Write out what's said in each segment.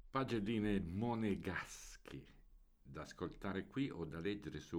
Pagelline monegaschi da ascoltare qui o da leggere su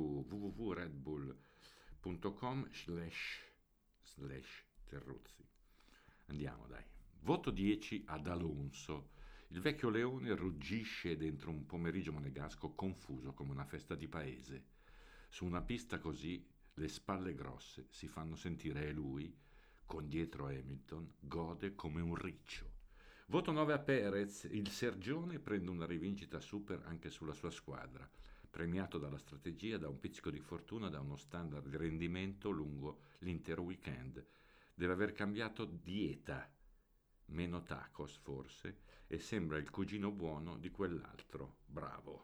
www.redbull.com/Terruzzi. Andiamo dai. Voto 10 ad Alonso. Il vecchio leone ruggisce dentro un pomeriggio monegasco confuso come una festa di paese. Su una pista così le spalle grosse si fanno sentire e lui, con dietro Hamilton, gode come un riccio. Voto 9 a Perez, il Sergione prende una rivincita super anche sulla sua squadra, premiato dalla strategia, da un pizzico di fortuna, da uno standard di rendimento lungo l'intero weekend. Deve aver cambiato dieta, meno tacos forse, e sembra il cugino buono di quell'altro. Bravo.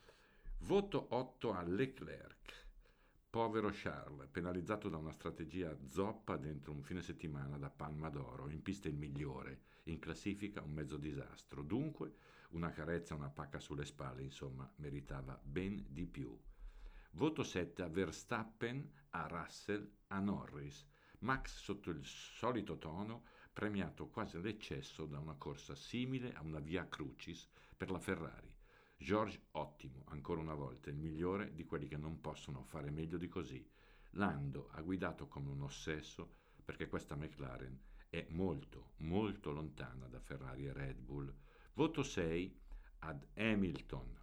Voto 8 a Leclerc. Povero Charles, penalizzato da una strategia zoppa dentro un fine settimana da Palma d'Oro, in pista il migliore, in classifica un mezzo disastro. Dunque, una carezza, una pacca sulle spalle, insomma, meritava ben di più. Voto 7 a Verstappen, a Russell, a Norris. Max sotto il solito tono, premiato quasi all'eccesso da una corsa simile a una via crucis per la Ferrari. George ottimo, ancora una volta, il migliore di quelli che non possono fare meglio di così. Lando ha guidato come un ossesso perché questa McLaren è molto, molto lontana da Ferrari e Red Bull. Voto 6 ad Hamilton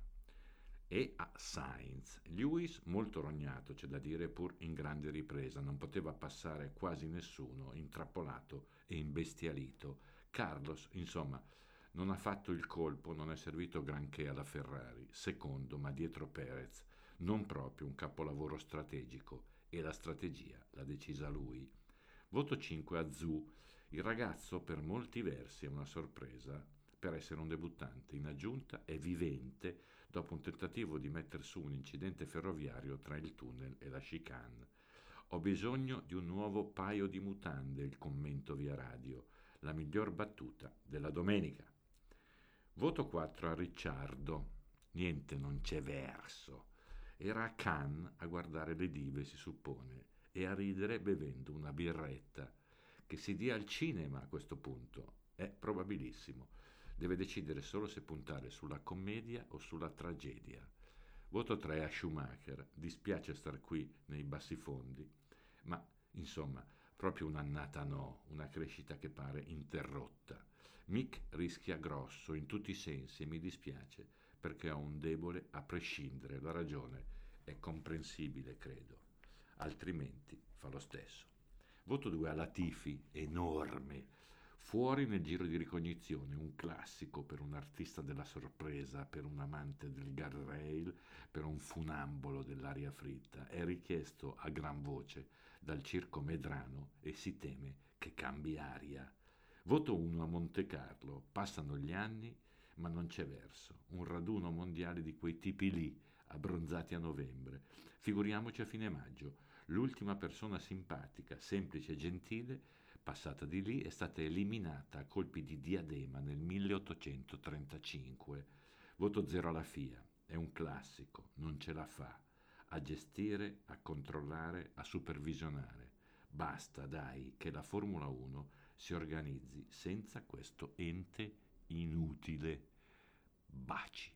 e a Sainz. Lewis molto rognato, c'è da dire, pur in grande ripresa, non poteva passare quasi nessuno, intrappolato e imbestialito. Carlos, insomma, non ha fatto il colpo, non è servito granché alla Ferrari, secondo, ma dietro Perez, non proprio un capolavoro strategico, e la strategia l'ha decisa lui. Voto 5 a Zhu. Il ragazzo per molti versi è una sorpresa per essere un debuttante. In aggiunta è vivente dopo un tentativo di metter su un incidente ferroviario tra il tunnel e la chicane. Ho bisogno di un nuovo paio di mutande, il commento via radio, la miglior battuta della domenica. Voto 4 a Ricciardo. Niente, non c'è verso. Era a Cannes a guardare le dive, si suppone, e a ridere bevendo una birretta. Che si dia al cinema a questo punto è probabilissimo. Deve decidere solo se puntare sulla commedia o sulla tragedia. Voto 3 a Schumacher. Dispiace star qui nei bassifondi, ma insomma, proprio un'annata no, una crescita che pare interrotta. Mick rischia grosso in tutti i sensi e mi dispiace perché ho un debole a prescindere. La ragione è comprensibile, credo. Altrimenti fa lo stesso. Voto 2 a Latifi, enorme. Fuori nel giro di ricognizione, un classico per un artista della sorpresa, per un amante del guardrail, per un funambolo dell'aria fritta. È richiesto a gran voce dal circo Medrano e si teme che cambi aria. Voto 1 a Monte Carlo. Passano gli anni, ma non c'è verso. Un raduno mondiale di quei tipi lì, abbronzati a novembre. Figuriamoci a fine maggio. L'ultima persona simpatica, semplice e gentile, passata di lì, è stata eliminata a colpi di diadema nel 1835. Voto 0 alla FIA. È un classico, non ce la fa. A gestire, a controllare, a supervisionare. Basta, dai, che la Formula 1 si organizzi senza questo ente inutile. Baci.